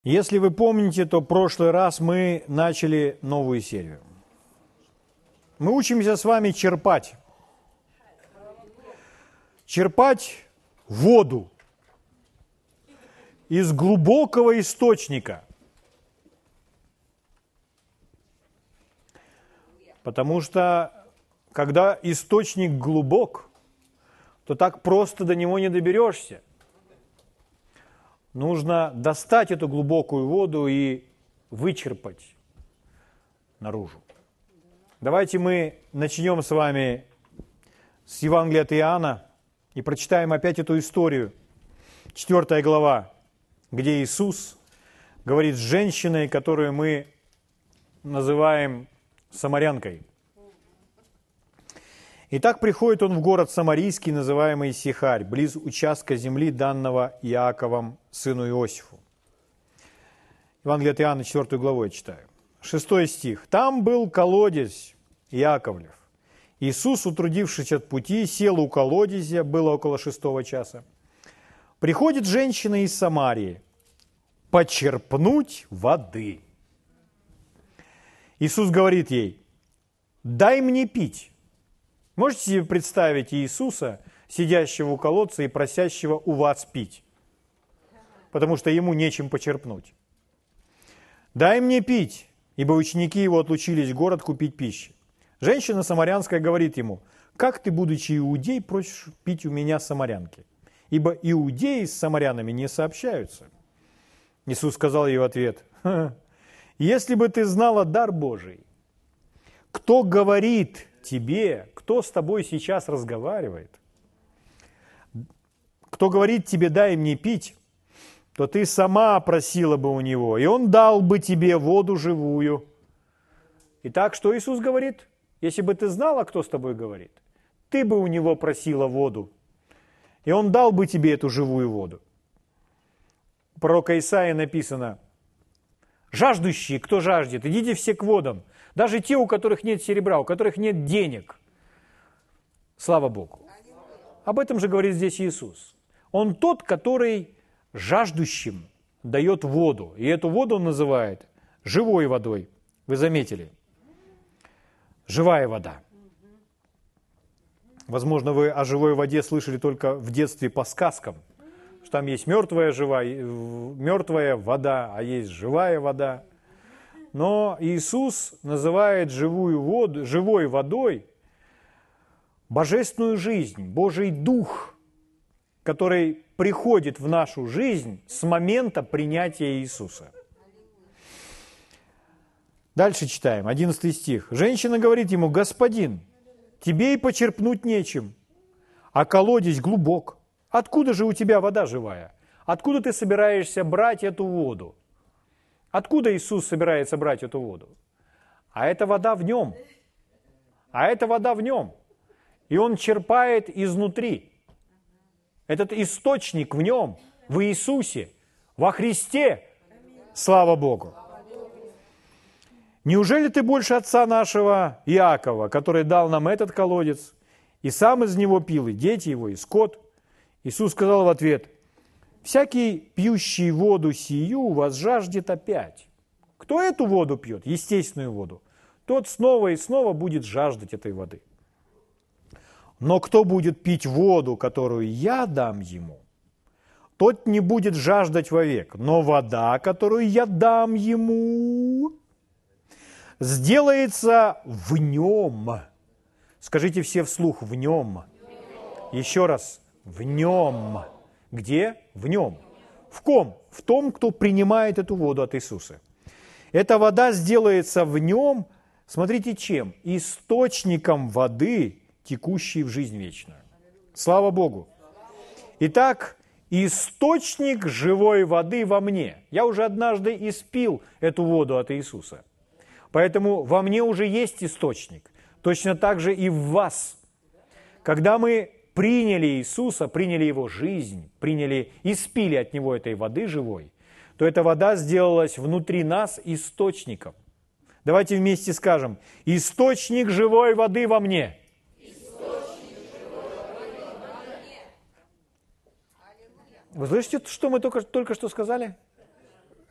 Если вы помните, то в прошлый раз мы начали новую серию. Мы учимся с вами черпать. Черпать воду из глубокого источника. Потому что, когда источник глубок, то так просто до него не доберешься. Нужно достать эту глубокую воду и вычерпать наружу. Давайте мы начнем с вами с Евангелия от Иоанна и прочитаем опять эту историю. 4 глава, где Иисус говорит с женщиной, которую мы называем самарянкой. Итак, приходит он в город Самарийский, называемый Сихарь, близ участка земли, данного Иаковом, сыну Иосифу. Евангелие от Иоанна, 4 главу я читаю. 6 стих. «Там был колодец Иаковлев. Иисус, утрудившись от пути, сел у колодезя, было около 6 часа. Приходит женщина из Самарии почерпнуть воды. Иисус говорит ей: дай мне пить». Можете себе представить Иисуса, сидящего у колодца и просящего у вас пить, потому что ему нечем почерпнуть. «Дай мне пить», ибо ученики его отлучились в город купить пищи. Женщина самарянская говорит ему: «Как ты, будучи иудей, просишь пить у меня самарянки? Ибо иудеи с самарянами не сообщаются». Иисус сказал ей в ответ: «Если бы ты знала дар Божий, кто говорит тебе, кто с тобой сейчас разговаривает, кто говорит тебе: дай мне пить, то ты сама просила бы у него, и он дал бы тебе воду живую». Итак, что Иисус говорит? Если бы ты знала, кто с тобой говорит, ты бы у него просила воду, и он дал бы тебе эту живую воду. У пророка Исаии написано: «Жаждущие, кто жаждет, идите все к водам, даже те, у которых нет серебра, у которых нет денег». Слава Богу. Об этом же говорит здесь Иисус. Он тот, который жаждущим дает воду. И эту воду он называет живой водой. Вы заметили? Живая вода. Возможно, вы о живой воде слышали только в детстве по сказкам, что там есть мертвая вода, а есть живая вода. Но Иисус называет живую воду, живой водой божественную жизнь, Божий Дух, который приходит в нашу жизнь с момента принятия Иисуса. Дальше читаем, 11 стих. Женщина говорит ему: «Господин, тебе и почерпнуть нечем, а колодец глубок. Откуда же у тебя вода живая? Откуда ты собираешься брать эту воду?» Откуда Иисус собирается брать эту воду? А эта вода в нем. А эта вода в нем. И он черпает изнутри. Этот источник в нем, в Иисусе, во Христе. Слава Богу. «Неужели ты больше отца нашего Иакова, который дал нам этот колодец, и сам из него пил, и дети его, и скот?» Иисус сказал в ответ: «Всякий, пьющий воду сию, возжаждет опять. Кто эту воду пьет, естественную воду, тот снова и снова будет жаждать этой воды. Но кто будет пить воду, которую я дам ему, тот не будет жаждать вовек. Но вода, которую я дам ему, сделается в нем». Скажите все вслух: в нем. Еще раз: в нем. Где? В нем. В ком? В том, кто принимает эту воду от Иисуса. Эта вода сделается в нем, смотрите, чем? Источником воды, текущей в жизнь вечную. Слава Богу. Итак, источник живой воды во мне. Я уже однажды испил эту воду от Иисуса. Поэтому во мне уже есть источник. Точно так же и в вас. Когда мы приняли Иисуса, приняли Его жизнь, испили от Него этой воды живой, то эта вода сделалась внутри нас источником. Давайте вместе скажем: источник живой воды во мне. Вы слышите, что мы только что сказали?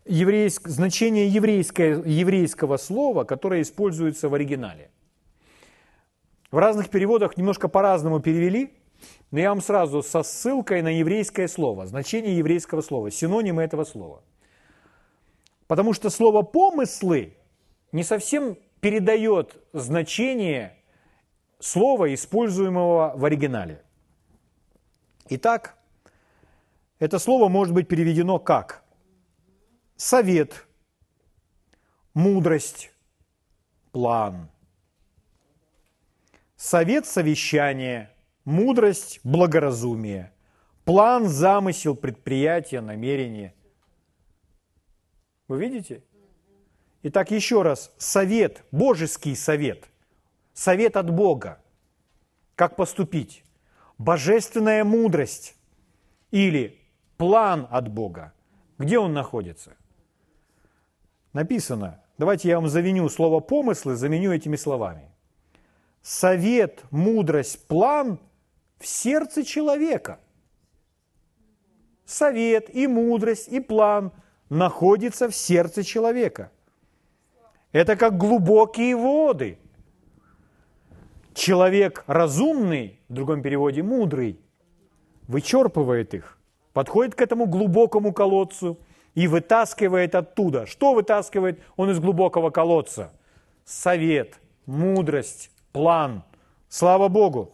значение еврейского слова, которое используется в оригинале. В разных переводах немножко по-разному перевели, но я вам сразу со ссылкой на еврейское слово, значение еврейского слова, синонимы этого слова. Потому что слово «помыслы» не совсем передает значение слова, используемого в оригинале. Итак, это слово может быть переведено как совет, мудрость, план. Совет, совещание, мудрость, благоразумие, план, замысел, предприятие, намерение. Вы видите? Итак, еще раз, совет, божеский совет, совет от Бога, как поступить, божественная мудрость или план от Бога. Где он находится? Написано, давайте я вам заменю слово «помыслы», заменю этими словами. Совет, мудрость, план в сердце человека. Совет и мудрость и план находятся в сердце человека. Это как глубокие воды. Человек разумный, в другом переводе мудрый, вычерпывает их, подходит к этому глубокому колодцу и вытаскивает оттуда. Что вытаскивает он из глубокого колодца? Совет, мудрость, план. Слава Богу!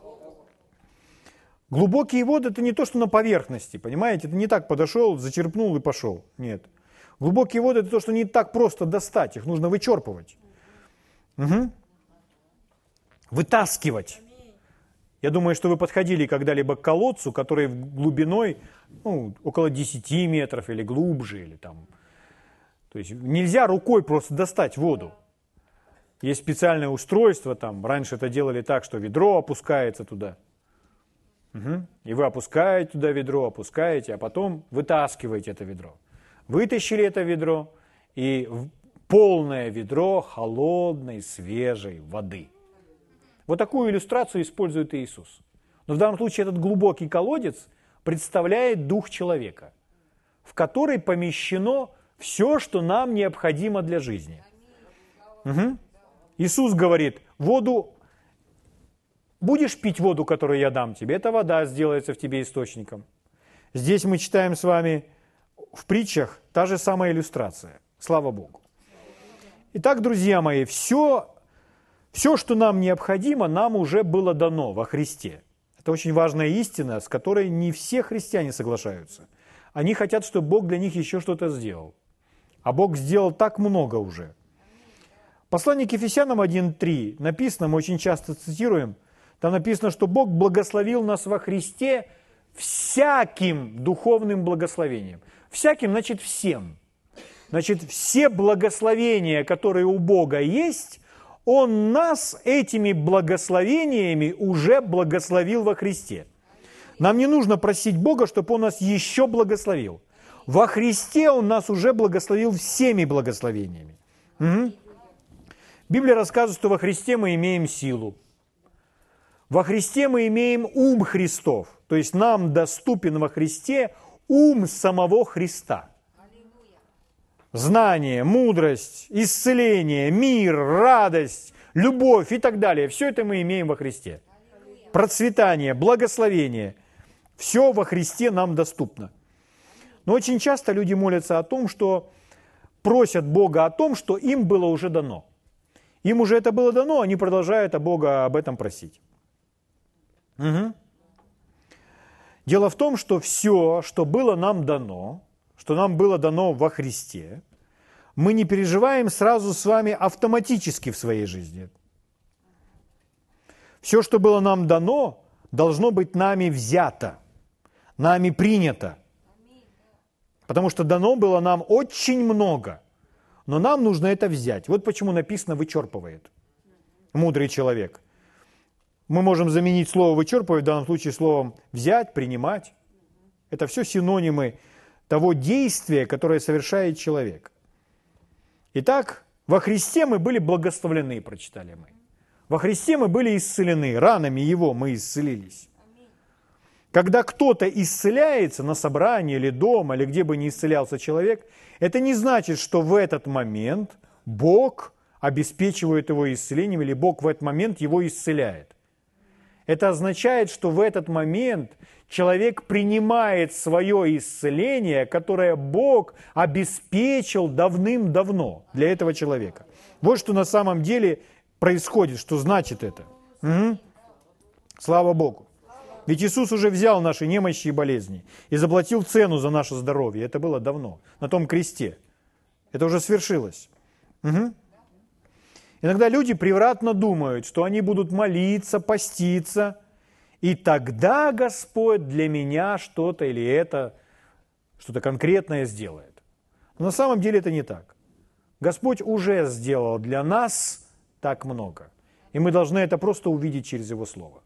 Глубокие воды – это не то, что на поверхности, понимаете? Это не так подошел, зачерпнул и пошел. Нет. Глубокие воды – это то, что не так просто достать, их нужно вычерпывать. Угу. Вытаскивать. Я думаю, что вы подходили когда-либо к колодцу, который глубиной около 10 метров или глубже. Или там. То есть нельзя рукой просто достать воду. Есть специальное устройство, там, раньше это делали так, что ведро опускается туда. Угу. И вы опускаете туда ведро, опускаете, а потом вытаскиваете это ведро. Вытащили это ведро, и полное ведро холодной, свежей воды. Вот такую иллюстрацию использует Иисус. Но в данном случае этот глубокий колодец представляет дух человека, в который помещено все, что нам необходимо для жизни. Угу. Иисус говорит, будешь пить воду, которую я дам тебе, эта вода сделается в тебе источником. Здесь мы читаем с вами в притчах та же самая иллюстрация. Слава Богу. Итак, друзья мои, все, что нам необходимо, нам уже было дано во Христе. Это очень важная истина, с которой не все христиане соглашаются. Они хотят, чтобы Бог для них еще что-то сделал. А Бог сделал так много уже. Послание к Ефесянам 1:3 написано, мы очень часто цитируем, там написано, что Бог благословил нас во Христе всяким духовным благословением. Всяким, значит, всем. Значит, все благословения, которые у Бога есть, Он нас этими благословениями уже благословил во Христе. Нам не нужно просить Бога, чтобы Он нас еще благословил. Во Христе Он нас уже благословил всеми благословениями. Угу. Библия рассказывает, что во Христе мы имеем силу. Во Христе мы имеем ум Христов. То есть нам доступен во Христе ум самого Христа. Знание, мудрость, исцеление, мир, радость, любовь и так далее. Все это мы имеем во Христе. Процветание, благословение. Все во Христе нам доступно. Но очень часто люди молятся о том, что просят Бога о том, что им было уже дано. Им уже это было дано, они продолжают Бога об этом просить. Угу. Дело в том, что все, что было нам дано, что нам было дано во Христе, мы не переживаем сразу с вами автоматически в своей жизни. Все, что было нам дано, должно быть нами взято, нами принято. Потому что дано было нам очень много, но нам нужно это взять. Вот почему написано «вычерпывает» мудрый человек. Мы можем заменить слово «вычерпывать» в данном случае словом «взять», «принимать». Это все синонимы того действия, которое совершает человек. Итак, во Христе мы были благословлены, прочитали мы. Во Христе мы были исцелены, ранами Его мы исцелились. Когда кто-то исцеляется на собрании или дома, или где бы ни исцелялся человек, это не значит, что в этот момент Бог обеспечивает его исцелением, или Бог в этот момент его исцеляет. Это означает, что в этот момент человек принимает свое исцеление, которое Бог обеспечил давным-давно для этого человека. Вот что на самом деле происходит, что значит это. Угу. Слава Богу. Ведь Иисус уже взял наши немощи и болезни и заплатил цену за наше здоровье. Это было давно, на том кресте. Это уже свершилось. Угу. Иногда люди превратно думают, что они будут молиться, поститься, и тогда Господь для меня что-то или это, что-то конкретное сделает. Но на самом деле это не так. Господь уже сделал для нас так много. И мы должны это просто увидеть через Его Слово.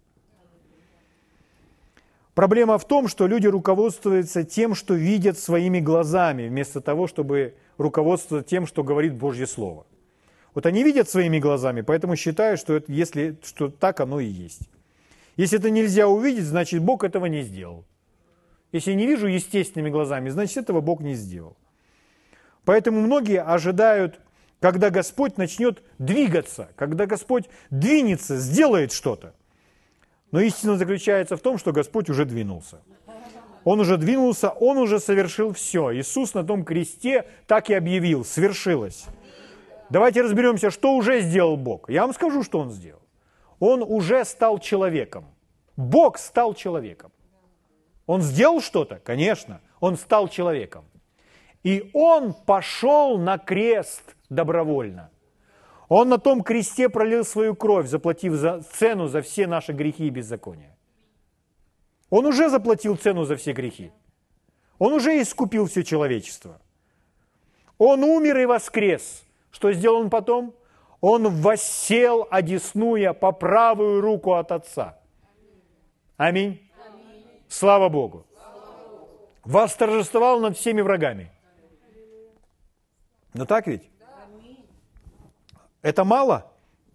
Проблема в том, что люди руководствуются тем, что видят своими глазами, вместо того, чтобы руководствоваться тем, что говорит Божье Слово. Вот они видят своими глазами, поэтому считают, что, что так оно и есть. Если это нельзя увидеть, значит, Бог этого не сделал. Если я не вижу естественными глазами, значит, этого Бог не сделал. Поэтому многие ожидают, когда Господь начнет двигаться, когда Господь двинется, сделает что-то. Но истина заключается в том, что Господь уже двинулся. Он уже двинулся, Он уже совершил все. Иисус на том кресте так и объявил: свершилось. Давайте разберемся, что уже сделал Бог. Я вам скажу, что Он сделал. Он уже стал человеком. Бог стал человеком. Он сделал что-то? Конечно. Он стал человеком. И Он пошел на крест добровольно. Он на том кресте пролил свою кровь, заплатив цену за все наши грехи и беззакония. Он уже заплатил цену за все грехи. Он уже искупил все человечество. Он умер и воскрес. Что сделал Он потом? Он воссел, одесную по правую руку от Отца. Аминь. Слава Богу. Восторжествовал над всеми врагами. Ну так ведь? Это мало?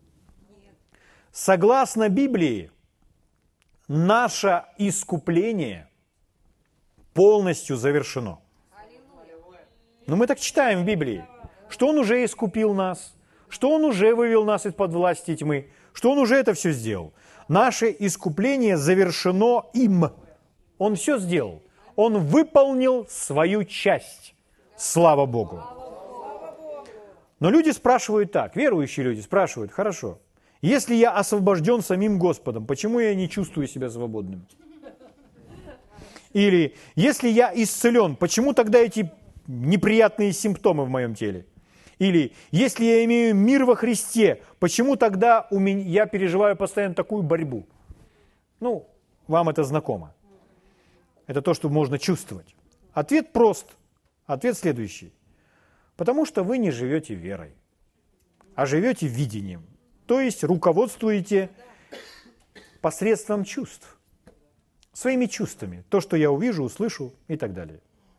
Согласно Библии, наше искупление полностью завершено. Но мы так читаем в Библии, что Он уже искупил нас, что Он уже вывел нас из-под власти тьмы, что Он уже это все сделал. Наше искупление завершено им. Он все сделал. Он выполнил свою часть. Слава Богу. Но люди спрашивают так, верующие люди спрашивают: хорошо, если я освобожден самим Господом, почему я не чувствую себя свободным? Или если я исцелен, почему тогда эти неприятные симптомы в моем теле? Или если я имею мир во Христе, почему тогда я переживаю постоянно такую борьбу? Ну, вам это знакомо. Это то, что можно чувствовать. Ответ прост. Ответ следующий. Потому что вы не живете верой, а живете видением. То есть руководствуете посредством чувств, своими чувствами. То, что я увижу, услышу и так далее.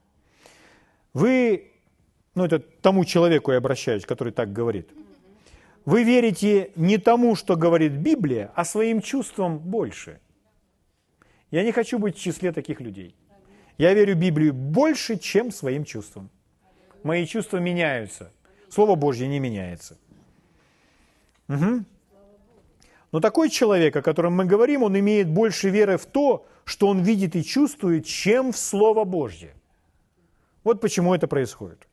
Вы, это тому человеку я обращаюсь, который так говорит. Вы верите не тому, что говорит Библия, а своим чувствам больше. Я не хочу быть в числе таких людей. Я верю в Библию больше, чем своим чувствам. Мои чувства меняются. Слово Божье не меняется. Угу. Но такой человек, о котором мы говорим, он имеет больше веры в то, что он видит и чувствует, чем в Слово Божье. Вот почему это происходит.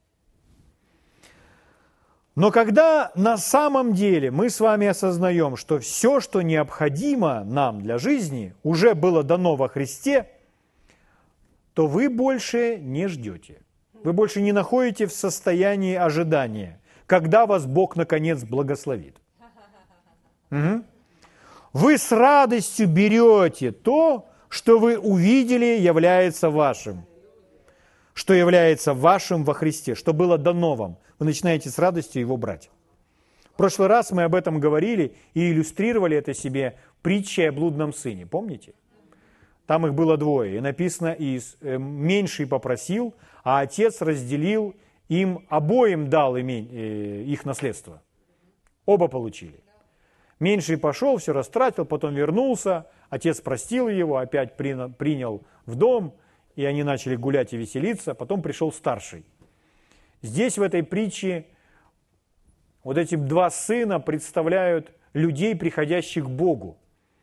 Но когда на самом деле мы с вами осознаем, что все, что необходимо нам для жизни, уже было дано во Христе, то вы больше не ждете. Вы больше не находите в состоянии ожидания, когда вас Бог наконец благословит. Угу. Вы с радостью берете то, что вы увидели, является вашим. Что является вашим во Христе, что было дано вам. Вы начинаете с радостью его брать. В прошлый раз мы об этом говорили и иллюстрировали это себе притчей о блудном сыне. Помните? Там их было двое. И написано, меньший попросил, а отец разделил, им обоим дал их наследство. Оба получили. Меньший пошел, все растратил, потом вернулся, отец простил его, опять принял в дом, и они начали гулять и веселиться, потом пришел старший. Здесь в этой притче вот эти два сына представляют людей, приходящих к Богу.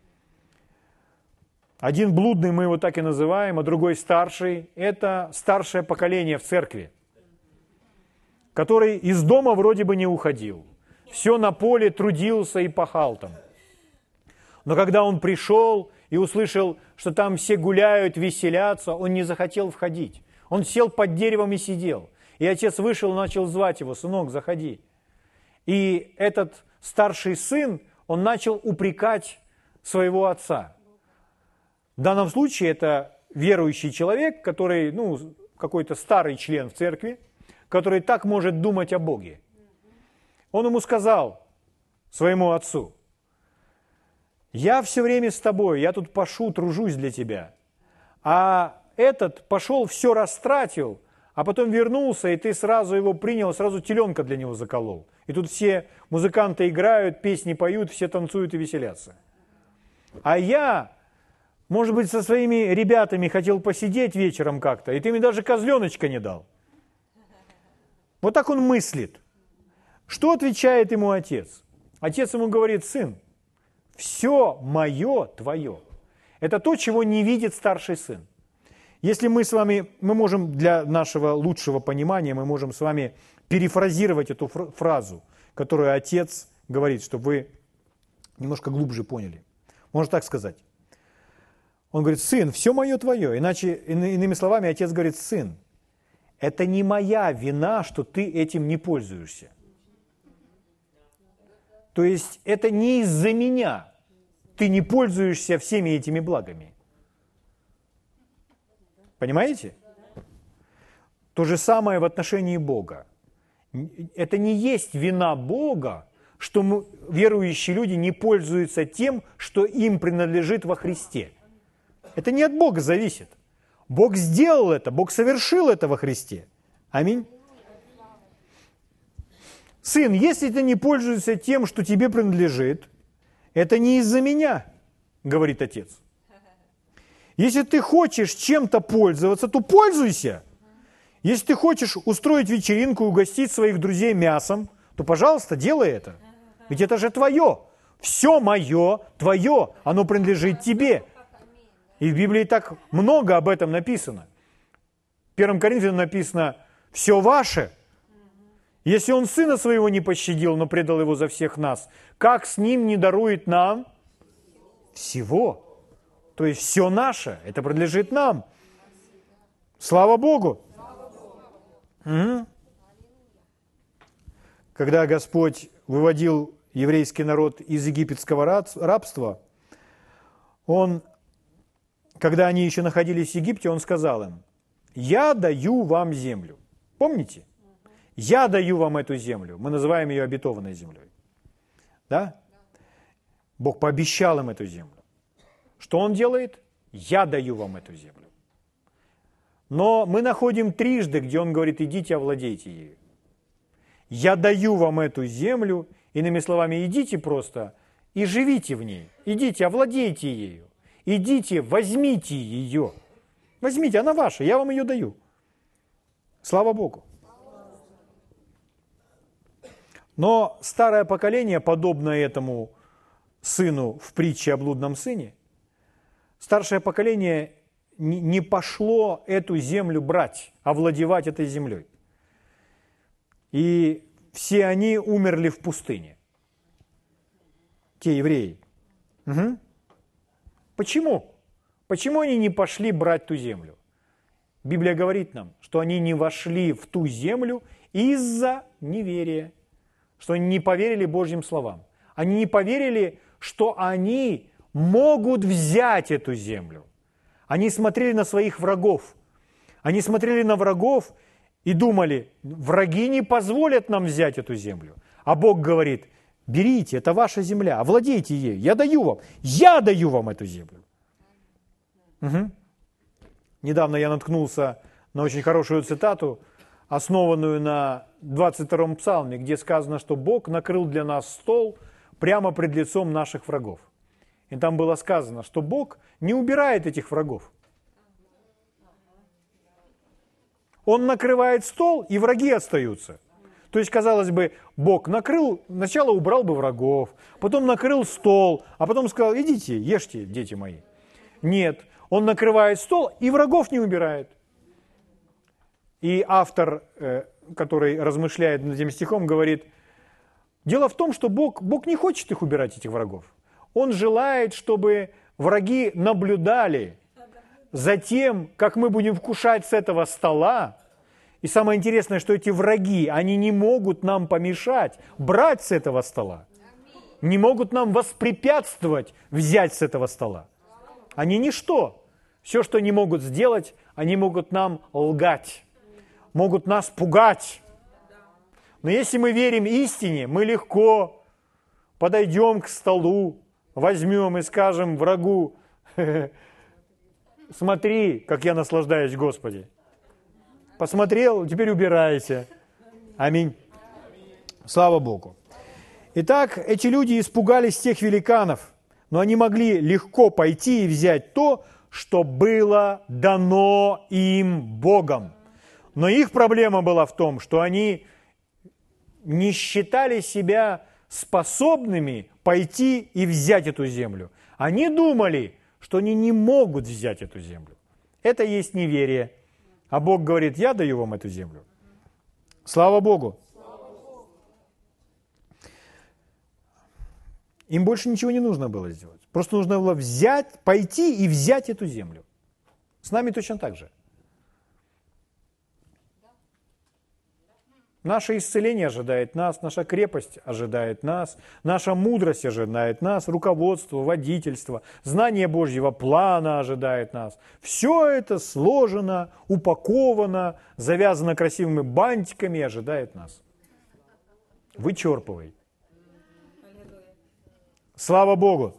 Один блудный, мы его так и называем, а другой старший. Это старшее поколение в церкви, который из дома вроде бы не уходил. Все на поле трудился и пахал там. Но когда он пришел и услышал, что там все гуляют, веселятся, он не захотел входить. Он сел под деревом и сидел. И отец вышел и начал звать его: «Сынок, заходи». И этот старший сын, он начал упрекать своего отца. В данном случае это верующий человек, который, какой-то старый член в церкви, который так может думать о Боге. Он ему сказал, своему отцу: «Я все время с тобой, я тут пашу, тружусь для тебя. А этот пошел, все растратил, а потом вернулся, и ты сразу его принял, сразу теленка для него заколол. И тут все музыканты играют, песни поют, все танцуют и веселятся. А я, может быть, со своими ребятами хотел посидеть вечером как-то, и ты мне даже козленочка не дал». Вот так он мыслит. Что отвечает ему отец? Отец ему говорит: «Сын, все мое твое». Это то, чего не видит старший сын. Если мы можем для нашего лучшего понимания, мы можем с вами перефразировать эту фразу, которую отец говорит, чтобы вы немножко глубже поняли. Можно так сказать. Он говорит: «Сын, все мое твое». Иначе, иными словами, отец говорит: «Сын, это не моя вина, что ты этим не пользуешься. То есть это не из-за меня ты не пользуешься всеми этими благами». Понимаете? То же самое в отношении Бога. Это не есть вина Бога, что верующие люди не пользуются тем, что им принадлежит во Христе. Это не от Бога зависит. Бог сделал это, Бог совершил это во Христе. Аминь. «Сын, если ты не пользуешься тем, что тебе принадлежит, это не из-за меня», говорит отец. Если ты хочешь чем-то пользоваться, то пользуйся. Если ты хочешь устроить вечеринку и угостить своих друзей мясом, то, пожалуйста, делай это. Ведь это же твое. Все мое, твое, оно принадлежит тебе. И в Библии так много об этом написано. В 1 Коринфянам написано: «Все ваше». Если он сына своего не пощадил, но предал его за всех нас, как с ним не дарует нам всего? То есть все наше, это принадлежит нам. Слава Богу! Угу. Когда Господь выводил еврейский народ из египетского рабства, когда они еще находились в Египте, Он сказал им: «Я даю вам землю». Помните? «Я даю вам эту землю». Мы называем ее обетованной землей. Да? Бог пообещал им эту землю. Что Он делает? «Я даю вам эту землю». Но мы находим трижды, где Он говорит: «Идите, овладейте ею». «Я даю вам эту землю», иными словами, идите просто и живите в ней. Идите, овладейте ею. Идите, возьмите ее. Возьмите, она ваша, я вам ее даю. Слава Богу. Но старое поколение, подобно этому сыну в притче о блудном сыне, старшее поколение не пошло эту землю брать, овладевать этой землей. И все они умерли в пустыне. Те евреи. Угу. Почему? Почему они не пошли брать ту землю? Библия говорит нам, что они не вошли в ту землю из-за неверия, что они не поверили Божьим словам. Они не поверили, что они могут взять эту землю. Они смотрели на своих врагов. Они смотрели на врагов и думали: враги не позволят нам взять эту землю. А Бог говорит: берите, это ваша земля, овладейте ею, я даю вам эту землю. Угу. Недавно я наткнулся на очень хорошую цитату, основанную на 22-м псалме, где сказано, что Бог накрыл для нас стол прямо пред лицом наших врагов. И там было сказано, что Бог не убирает этих врагов. Он накрывает стол, и враги остаются. То есть, казалось бы, Бог накрыл, сначала убрал бы врагов, потом накрыл стол, а потом сказал, идите, ешьте, дети мои. Нет, Он накрывает стол, и врагов не убирает. И автор, который размышляет над этим стихом, говорит, дело в том, что Бог не хочет их убирать, этих врагов. Он желает, чтобы враги наблюдали за тем, как мы будем вкушать с этого стола. И самое интересное, что эти враги, они не могут нам помешать брать с этого стола. Не могут нам воспрепятствовать взять с этого стола. Они ничто. Все, что они могут сделать, они могут нам лгать, могут нас пугать. Но если мы верим истине, мы легко подойдем к столу, возьмем и скажем врагу, смотри, как я наслаждаюсь, Господи. Посмотрел, теперь убирайся. Аминь. Слава Богу. Итак, эти люди испугались тех великанов, но они могли легко пойти и взять то, что было дано им Богом. Но их проблема была в том, что они не считали себя способными пойти и взять эту землю. Они думали, что они не могут взять эту землю. Это есть неверие. А Бог говорит, я даю вам эту землю. Слава Богу. Им больше ничего не нужно было сделать. Просто нужно было взять, пойти и взять эту землю. С нами точно так же. Наше исцеление ожидает нас, наша крепость ожидает нас, наша мудрость ожидает нас, руководство, водительство, знание Божьего плана ожидает нас. Все это сложено, упаковано, завязано красивыми бантиками и ожидает нас. Вычерпывай. Слава Богу!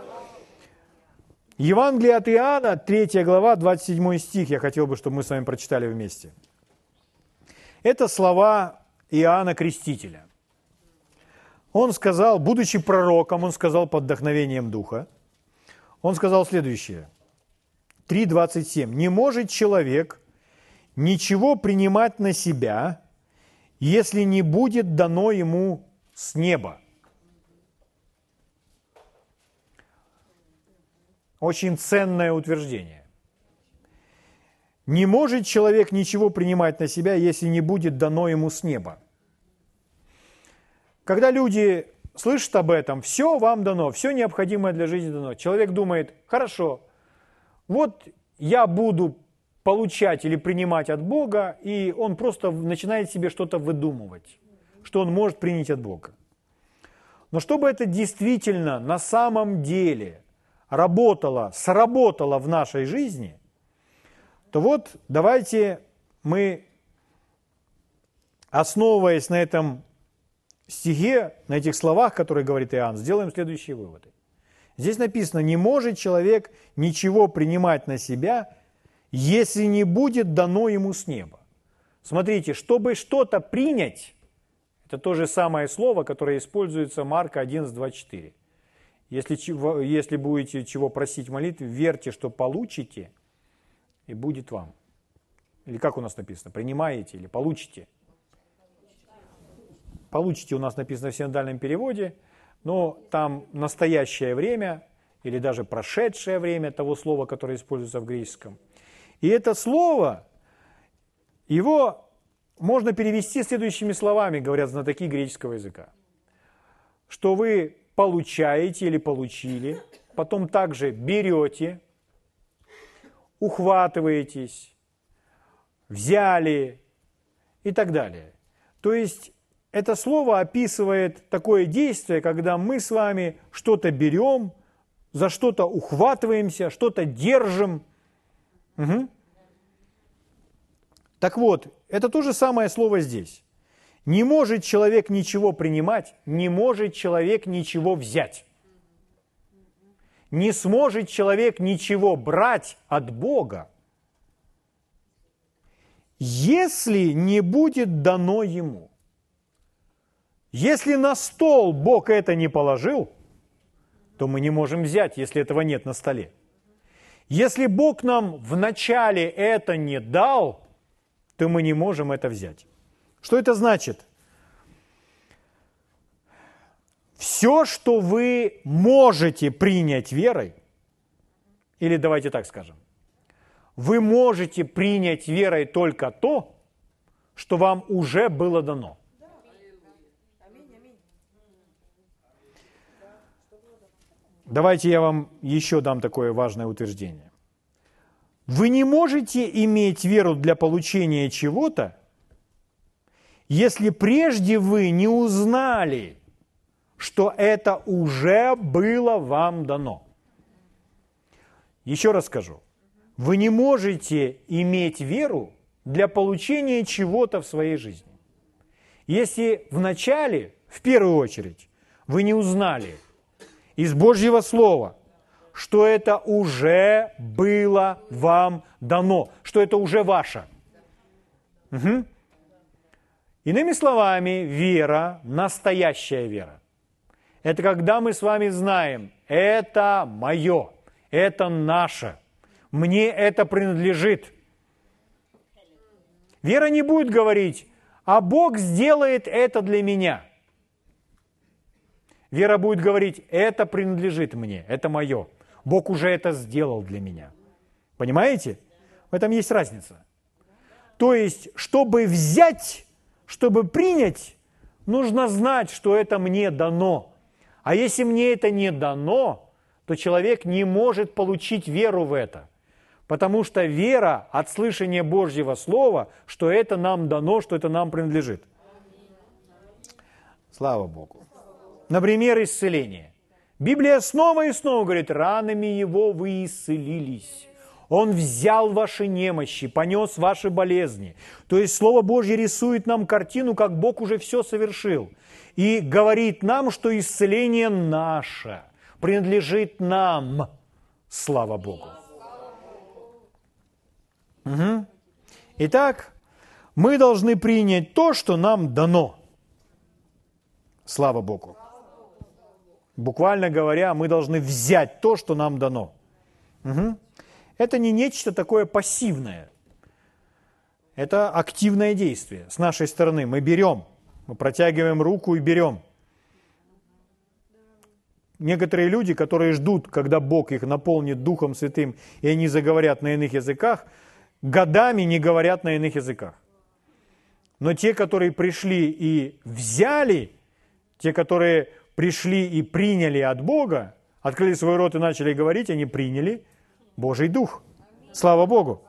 Евангелие от Иоанна, 3 глава, 27 стих, я хотел бы, чтобы мы с вами прочитали вместе. Это слова Иоанна Крестителя. Он сказал, будучи пророком, он сказал под вдохновением Духа, он сказал следующее, 3:27. «Не может человек ничего принимать на себя, если не будет дано ему с неба». Очень ценное утверждение. Не может человек ничего принимать на себя, если не будет дано ему с неба. Когда люди слышат об этом, все вам дано, все необходимое для жизни дано. Человек думает, хорошо, вот я буду получать или принимать от Бога, и он просто начинает себе что-то выдумывать, что он может принять от Бога. Но чтобы это действительно на самом деле сработало в нашей жизни, то вот давайте мы, основываясь на этом стихе, на этих словах, которые говорит Иоанн, сделаем следующие выводы. Здесь написано, не может человек ничего принимать на себя, если не будет дано ему с неба. Смотрите, чтобы что-то принять, это то же самое слово, которое используется Марка 11:24. Если будете чего просить в молитве, верьте, что получите, и будет вам. Или как у нас написано? Принимаете или получите? Получите у нас написано в синодальном переводе, но там настоящее время или даже прошедшее время того слова, которое используется в греческом. И это слово, его можно перевести следующими словами, говорят знатоки греческого языка. Что вы получаете или получили, потом также берете, ухватываетесь, взяли и так далее. То есть это слово описывает такое действие, когда мы с вами что-то берем, за что-то ухватываемся, что-то держим. Угу. Так вот, это то же самое слово здесь. Не может человек ничего принимать, не может человек ничего взять. Не сможет человек ничего брать от Бога, если не будет дано ему. Если на стол Бог это не положил, то мы не можем взять, если этого нет на столе. Если Бог нам вначале это не дал, то мы не можем это взять. Что это значит? Все, что вы можете принять верой, или давайте так скажем, вы можете принять верой только то, что вам уже было дано. Давайте я вам еще дам такое важное утверждение. Вы не можете иметь веру для получения чего-то, если прежде вы не узнали, что это уже было вам дано. Еще раз скажу. Вы не можете иметь веру для получения чего-то в своей жизни, если вначале, в первую очередь, вы не узнали из Божьего Слова, что это уже было вам дано, что это уже ваше. Угу. Иными словами, вера, настоящая вера, это когда мы с вами знаем, это мое, это наше, мне это принадлежит. Вера не будет говорить, а Бог сделает это для меня. Вера будет говорить, это принадлежит мне, это мое. Бог уже это сделал для меня. Понимаете? В этом есть разница. То есть, чтобы взять, чтобы принять, нужно знать, что это мне дано. А если мне это не дано, то человек не может получить веру в это. Потому что вера от слышания Божьего Слова, что это нам дано, что это нам принадлежит. Слава Богу. Например, исцеление. Библия снова и снова говорит, ранами Его вы исцелились. Он взял ваши немощи, понес ваши болезни. То есть Слово Божье рисует нам картину, как Бог уже все совершил. И говорит нам, что исцеление наше, принадлежит нам. Слава Богу. Угу. Итак, мы должны принять то, что нам дано. Слава Богу. Буквально говоря, мы должны взять то, что нам дано. Угу. Это не нечто такое пассивное. Это активное действие. С нашей стороны мы берем, мы протягиваем руку и берем. Некоторые люди, которые ждут, когда Бог их наполнит Духом Святым, и они заговорят на иных языках, годами не говорят на иных языках. Но те, которые пришли и взяли, те, которые пришли и приняли от Бога, открыли свой рот и начали говорить, они приняли Божий Дух. Слава Богу!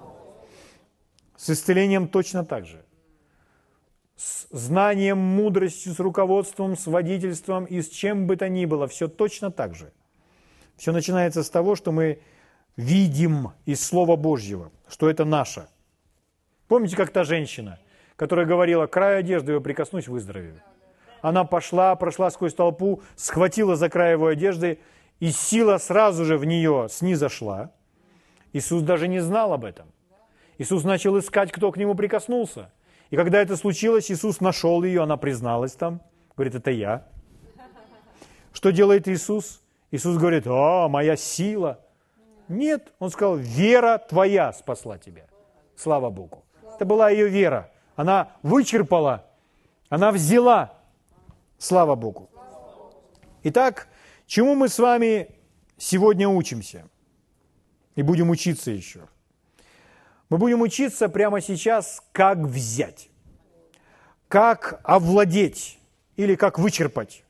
С исцелением точно так же. С знанием, мудростью, с руководством, с водительством и с чем бы то ни было, все точно так же. Все начинается с того, что мы видим из Слова Божьего, что это наше. Помните, как та женщина, которая говорила, край одежды его прикоснусь, выздоровею. Она пошла, прошла сквозь толпу, схватила за край его одежды, и сила сразу же в нее снизошла. Иисус даже не знал об этом. Иисус начал искать, кто к нему прикоснулся. И когда это случилось, Иисус нашел ее, она призналась там. Говорит, это я. Что делает Иисус? Иисус говорит, моя сила. Нет, Он сказал, вера твоя спасла тебя. Слава Богу. Это была ее вера. Она вычерпала, она взяла. Слава Богу. Итак, чему мы с вами сегодня учимся? И будем учиться еще. Мы будем учиться прямо сейчас, как взять, как овладеть или как вычерпать.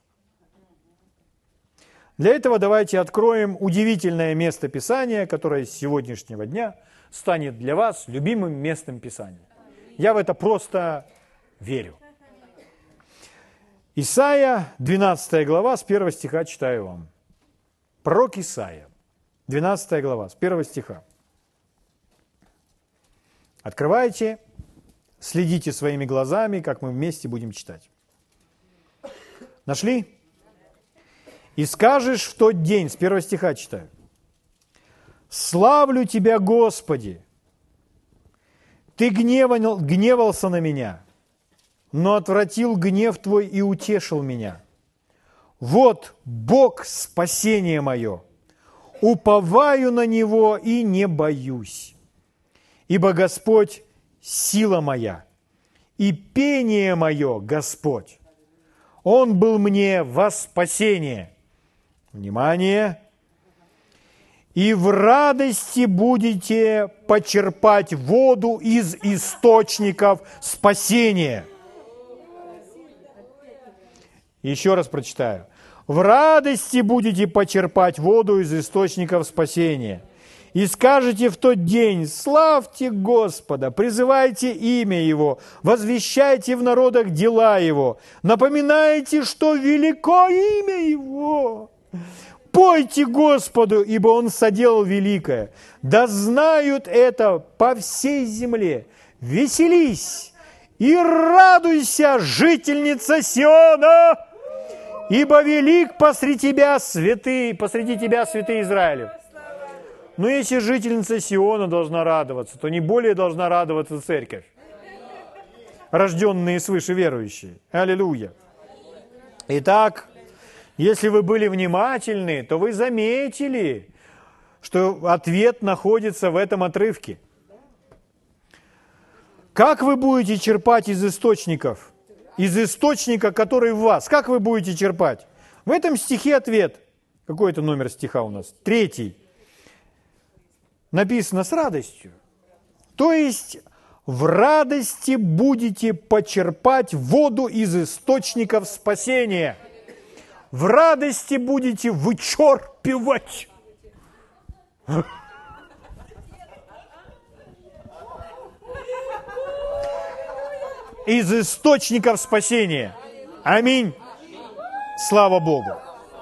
Для этого давайте откроем удивительное место Писания, которое с сегодняшнего дня станет для вас любимым местом Писания. Я в это просто верю. Исайя, 12 глава, с 1 стиха читаю вам. Пророк Исайя, 12 глава, с 1 стиха. Открывайте, следите своими глазами, как мы вместе будем читать. Нашли? «И скажешь в тот день», с 1 стиха читаю, «Славлю Тебя, Господи! Ты гневался на меня, но отвратил гнев Твой и утешил меня. Вот Бог спасение мое, уповаю на Него и не боюсь. Ибо Господь сила моя, и пение мое Господь. Он был мне во спасение. Внимание! И в радости будете почерпать воду из источников спасения. Еще раз прочитаю. В радости будете почерпать воду из источников спасения. И скажете в тот день: славьте Господа, призывайте имя Его, возвещайте в народах дела Его, напоминайте, что велико имя Его. Пойте Господу, ибо Он соделал великое. Да знают это по всей земле. Веселись и радуйся, жительница Сиона, ибо велик посреди тебя святый Израилев. Но если жительница Сиона должна радоваться, то не более должна радоваться церковь, рожденные свыше верующие. Аллилуйя. Итак, если вы были внимательны, то вы заметили, что ответ находится в этом отрывке. Как вы будете черпать из источников? Из источника, который в вас. Как вы будете черпать? В этом стихе ответ. Какой это номер стиха у нас? 3. Написано с радостью. То есть в радости будете почерпать воду из источников спасения. В радости будете вычерпывать. Из источников спасения. Аминь. Слава Богу.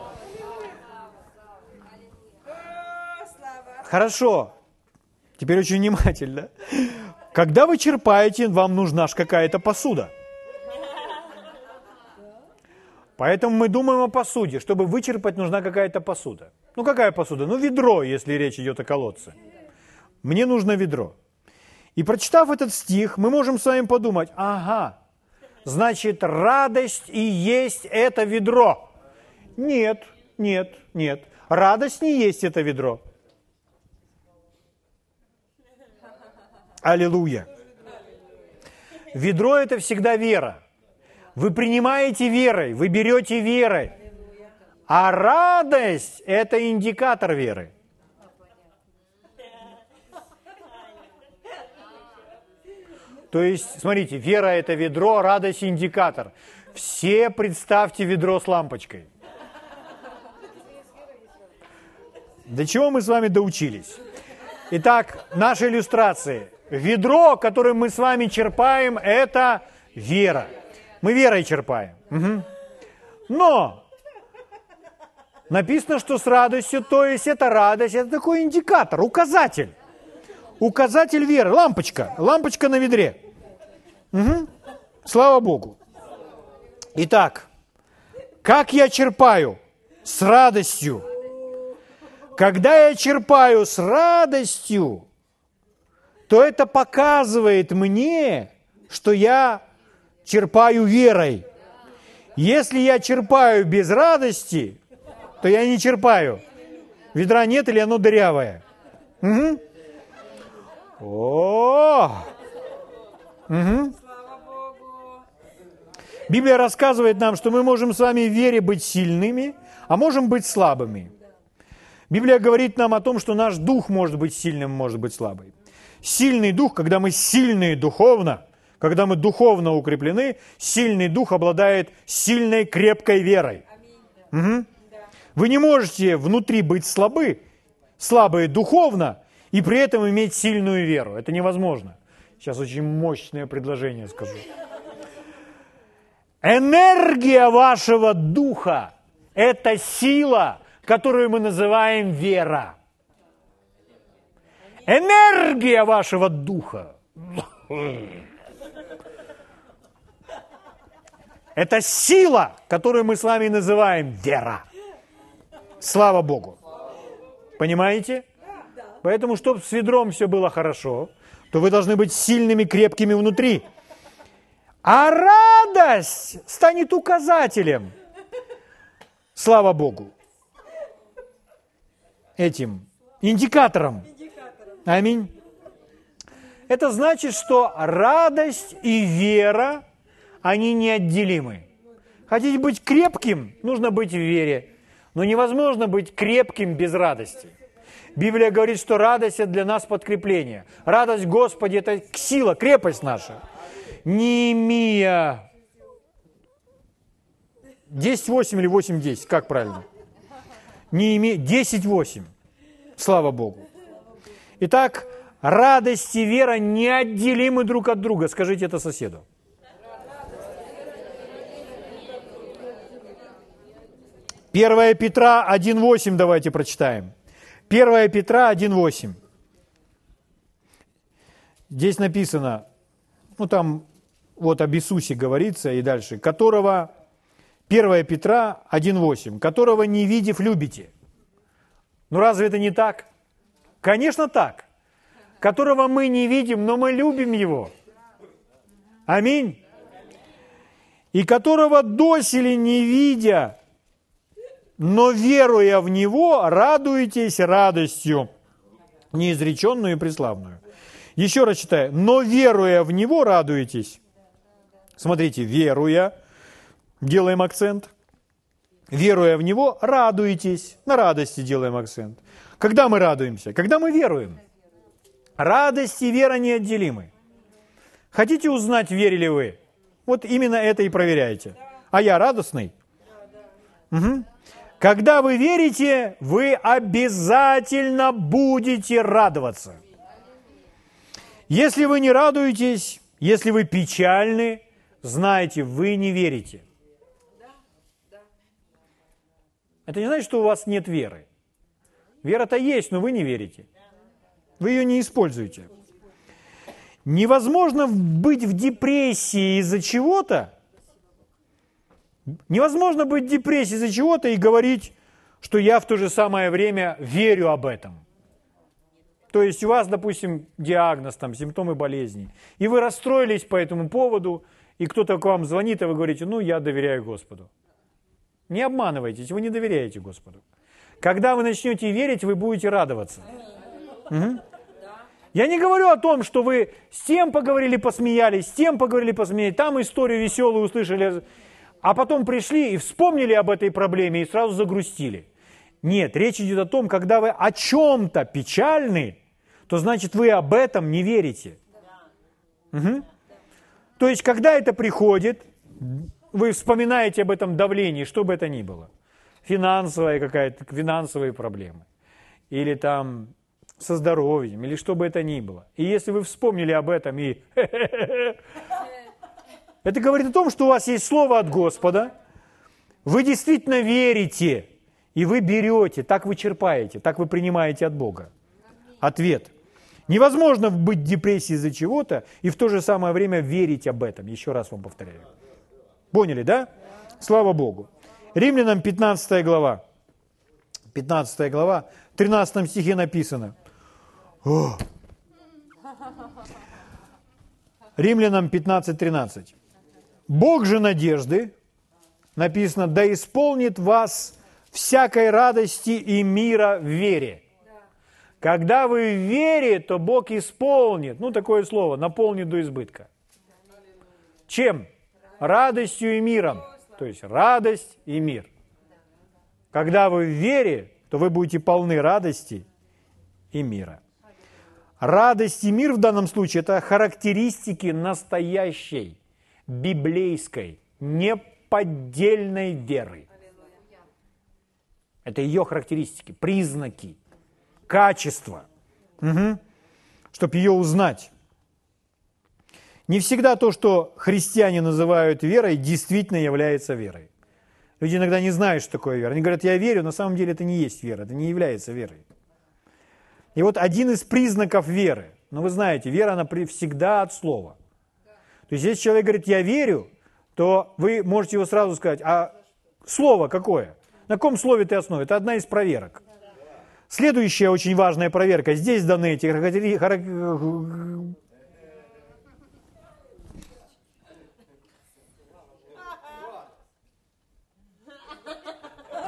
Хорошо. Теперь очень внимательно. Когда вы черпаете, вам нужна же какая-то посуда. Поэтому мы думаем о посуде. Чтобы вычерпать, нужна какая-то посуда. Ну, какая посуда? Ну, ведро, если речь идет о колодце. Мне нужно ведро. И прочитав этот стих, мы можем с вами подумать: ага, значит, радость и есть это ведро. Нет, нет, нет. Радость не есть это ведро. Аллилуйя. Ведро – это всегда вера. Вы принимаете верой, вы берете верой. А радость – это индикатор веры. То есть, смотрите, вера – это ведро, а радость – индикатор. Все представьте ведро с лампочкой. До чего мы с вами доучились? Итак, наши иллюстрации. Ведро, которое мы с вами черпаем, это вера. Мы верой черпаем. Угу. Но написано, что с радостью, то есть это радость, это такой индикатор, указатель. Указатель веры, лампочка, лампочка на ведре. Угу. Слава Богу. Итак, как я черпаю? С радостью. Когда я черпаю с радостью, то это показывает мне, что я черпаю верой. Если я черпаю без радости, то я не черпаю. Ведра нет или оно дырявое. Угу. О! Угу. Библия рассказывает нам, что мы можем с вами в вере быть сильными, а можем быть слабыми. Библия говорит нам о том, что наш дух может быть сильным, может быть слабым. Сильный дух, когда мы сильные духовно, когда мы духовно укреплены, сильный дух обладает сильной, крепкой верой. Угу. Вы не можете внутри быть слабые духовно, и при этом иметь сильную веру. Это невозможно. Сейчас очень мощное предложение скажу. Энергия вашего духа – это сила, которую мы называем вера. Энергия вашего духа. Это сила, которую мы с вами называем вера. Слава Богу. Понимаете? Поэтому, чтобы с ведром все было хорошо, то вы должны быть сильными, крепкими внутри. А радость станет указателем. Слава Богу. Этим индикатором. Аминь. Это значит, что радость и вера, они неотделимы. Хотите быть крепким, нужно быть в вере. Но невозможно быть крепким без радости. Библия говорит, что радость – это для нас подкрепление. Радость Господи – это сила, крепость наша. Неемия 10:8 или 8:10, как правильно? Неемия 10:8. Слава Богу. Итак, радость и вера неотделимы друг от друга. Скажите это соседу. Первое Петра 1:8 давайте прочитаем. 1 Петра 1:8. Здесь написано, там вот об Иисусе говорится и дальше, которого, 1 Петра 1:8, которого не видев, любите. Разве это не так? Конечно так. Которого мы не видим, но мы любим Его. Аминь. И которого доселе не видя, но веруя в Него, радуетесь радостью, неизреченную и преславную. Еще раз читаю. Но веруя в Него, радуетесь. Смотрите, веруя, делаем акцент. Веруя в Него, радуетесь. На радости делаем акцент. Когда мы радуемся? Когда мы веруем. Радость и вера неотделимы. Хотите узнать, верили вы? Вот именно это и проверяйте. А я радостный? Угу. Когда вы верите, вы обязательно будете радоваться. Если вы не радуетесь, если вы печальны, знайте, вы не верите. Это не значит, что у вас нет веры. Вера-то есть, но вы не верите. Вы ее не используете. Невозможно быть в депрессии из-за чего-то. Невозможно быть в депрессии из-за чего-то и говорить, что я в то же самое время верю об этом. То есть у вас, допустим, диагноз, симптомы болезни, и вы расстроились по этому поводу, и кто-то к вам звонит, и вы говорите, я доверяю Господу. Не обманывайтесь, вы не доверяете Господу. Когда вы начнете верить, вы будете радоваться. Угу. Я не говорю о том, что вы с тем поговорили, посмеялись, с тем поговорили, посмеялись, там историю веселую услышали, а потом пришли и вспомнили об этой проблеме и сразу загрустили. Нет, речь идет о том, когда вы о чем-то печальны, то значит вы об этом не верите. Угу. То есть, когда это приходит, вы вспоминаете об этом давлении, что бы это ни было. Финансовые проблемы. Или со здоровьем, или что бы это ни было. И если вы вспомнили об этом и... Это говорит о том, что у вас есть слово от Господа, вы действительно верите, и вы берете, так вы черпаете, так вы принимаете от Бога. Ответ. Невозможно быть в депрессии из-за чего-то и в то же самое время верить об этом. Еще раз вам повторяю. Поняли, да? Слава Богу. Римлянам 15 глава. 15 глава, в 13 стихе написано. Римлянам 15:13. Бог же надежды, написано, да исполнит вас всякой радости и мира в вере. Когда вы в вере, то Бог исполнит, такое слово, наполнит до избытка. Чем? Радостью и миром. То есть радость и мир. Когда вы в вере, то вы будете полны радости и мира. Радость и мир в данном случае – это характеристики настоящей, библейской, неподдельной веры. Это ее характеристики, признаки, качества, чтобы ее узнать. Не всегда то, что христиане называют верой, действительно является верой. Люди иногда не знают, что такое вера. Они говорят, я верю, на самом деле это не есть вера, это не является верой. И вот один из признаков веры, вы знаете, вера, она всегда от слова. То есть, если человек говорит, я верю, то вы можете его сразу сказать, а слово какое? На каком слове ты основан? Это одна из проверок. Следующая очень важная проверка. Здесь даны эти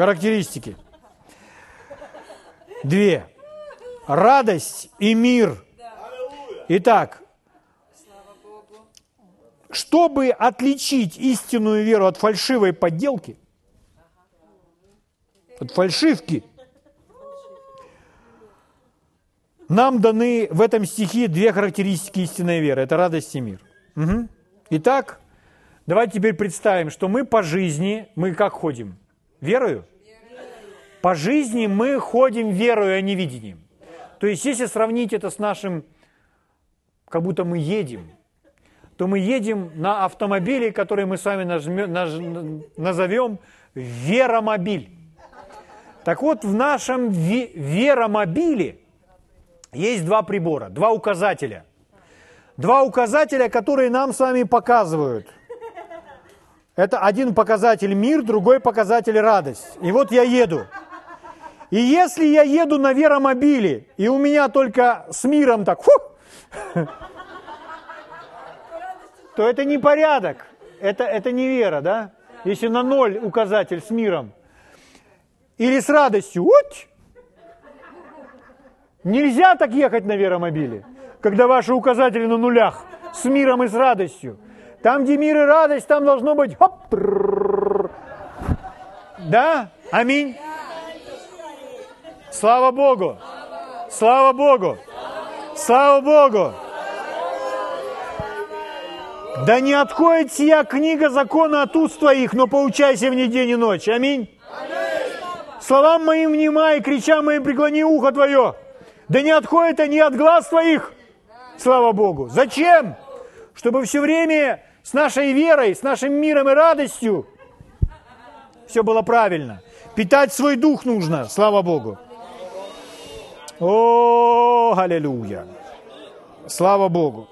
характеристики. 2. Радость и мир. Итак, чтобы отличить истинную веру от фальшивой подделки, от фальшивки, нам даны в этом стихе 2 характеристики истинной веры. Это радость и мир. Угу. Итак, давайте теперь представим, что мы по жизни, мы как ходим? Верою? По жизни мы ходим верою, а не видением. То есть, если сравнить это с нашим, как будто мы едем, то мы едем на автомобиле, который мы с вами назовем веромобиль. Так вот, в нашем веромобиле есть 2 прибора, 2 указателя. 2 указателя, которые нам с вами показывают. Это один показатель мир, другой показатель радость. И вот я еду. И если я еду на веромобиле, и у меня только с миром так, то это не порядок, это не вера, да? Если на 0 указатель с миром. Или с радостью, нельзя так ехать на веромобиле, когда ваши указатели на нулях, с миром и с радостью. Там, где мир и радость, там должно быть хоп. Да? Аминь. Слава Богу! Слава Богу! Слава Богу! Да не отходит сия книга закона от уст твоих, но поучайся в ней день и ночь. Аминь. Словам моим внимай, кричам моим преклони ухо твое. Да не отходит они от глаз твоих. Слава Богу. Зачем? Чтобы все время с нашей верой, с нашим миром и радостью все было правильно. Питать свой дух нужно. Слава Богу. О, аллилуйя. Слава Богу.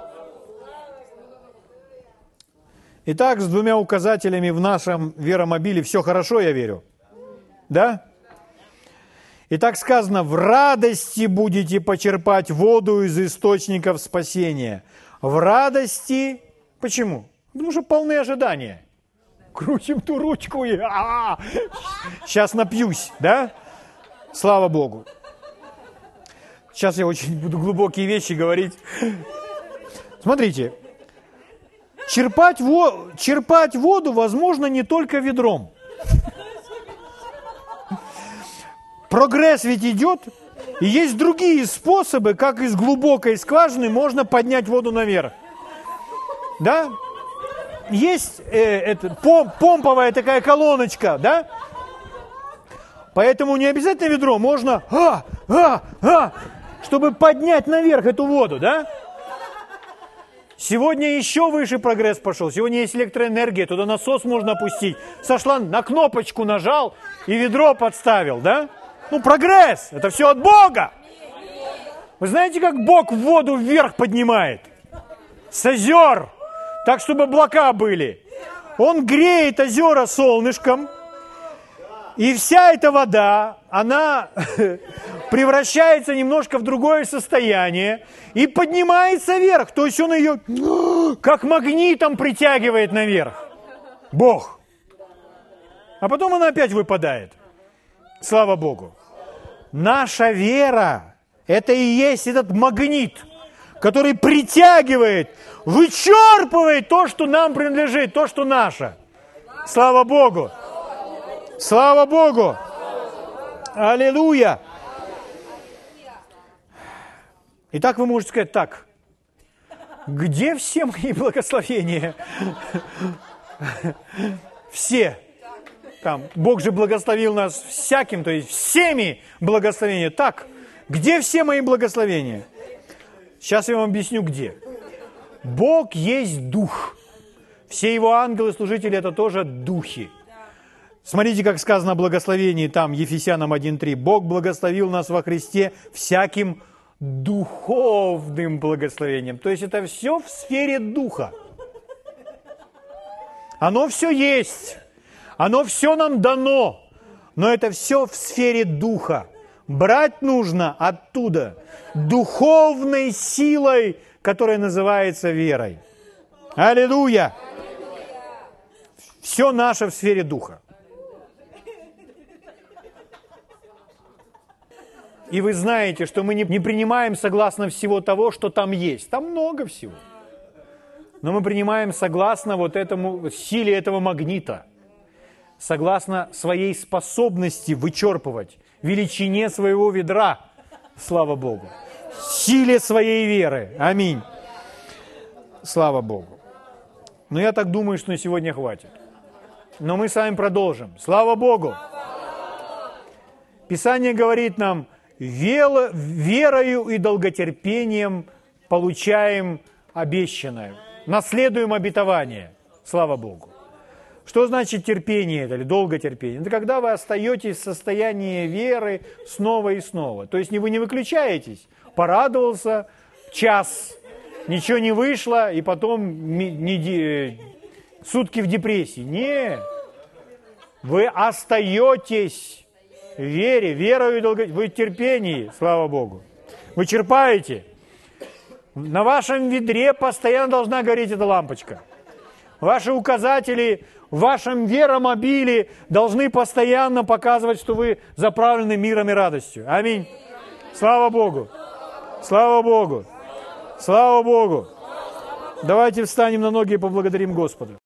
Итак, с 2 указателями в нашем веромобиле все хорошо, я верю. Да? Итак, сказано, в радости будете почерпать воду из источников спасения. В радости. Почему? Потому что полны ожидания. Крутим ту ручку и сейчас напьюсь, да? Слава Богу. Сейчас я очень буду глубокие вещи говорить. Смотрите. Черпать воду возможно не только ведром. Прогресс ведь идет, и есть другие способы, как из глубокой скважины можно поднять воду наверх. Да? Есть помповая такая колоночка, да? Поэтому не обязательно ведро, можно, чтобы поднять наверх эту воду, да? Сегодня еще выше прогресс пошел. Сегодня есть электроэнергия, туда насос можно опустить. Сошла, на кнопочку нажал и ведро подставил, да? Ну, прогресс, это все от Бога. Вы знаете, как Бог воду вверх поднимает? С озер, так, чтобы облака были. Он греет озера солнышком, и вся эта вода, она превращается немножко в другое состояние и поднимается вверх. То есть он ее как магнитом притягивает наверх. Бог. А потом она опять выпадает. Слава Богу. Наша вера – это и есть этот магнит, который притягивает, вычерпывает то, что нам принадлежит, то, что наше. Слава Богу. Слава Богу. Аллилуйя. Итак, вы можете сказать так. Где все мои благословения? Все. Там, Бог же благословил нас всяким, то есть всеми благословениями. Так, где все мои благословения? Сейчас я вам объясню, где. Бог есть Дух. Все Его ангелы-служители – это тоже духи. Смотрите, как сказано о благословении там, Ефесянам 1:3. Бог благословил нас во Христе всяким духовным благословением. То есть это все в сфере духа. Оно все есть. Оно все нам дано, но это все в сфере духа. Брать нужно оттуда духовной силой, которая называется верой. Аллилуйя! Все наше в сфере духа. И вы знаете, что мы не принимаем согласно всего того, что там есть. Там много всего. Но мы принимаем согласно вот этому силе этого магнита, согласно своей способности вычерпывать, величине своего ведра, слава Богу, силе своей веры. Аминь. Слава Богу. Но я так думаю, что на сегодня хватит. Но мы с вами продолжим. Слава Богу. Писание говорит нам, верою и долготерпением получаем обещанное, наследуем обетование. Слава Богу. Что значит терпение это или долготерпение? Это когда вы остаетесь в состоянии веры снова и снова. То есть вы не выключаетесь. Порадовался час, ничего не вышло, и потом сутки в депрессии. Нет. Вы остаетесь в вере, верою и долготерпением. Вы в терпении, слава Богу. Вы черпаете. На вашем ведре постоянно должна гореть эта лампочка. Ваши указатели в вашем веромобиле должны постоянно показывать, что вы заправлены миром и радостью. Аминь. Слава Богу. Слава Богу. Слава Богу. Давайте встанем на ноги и поблагодарим Господа.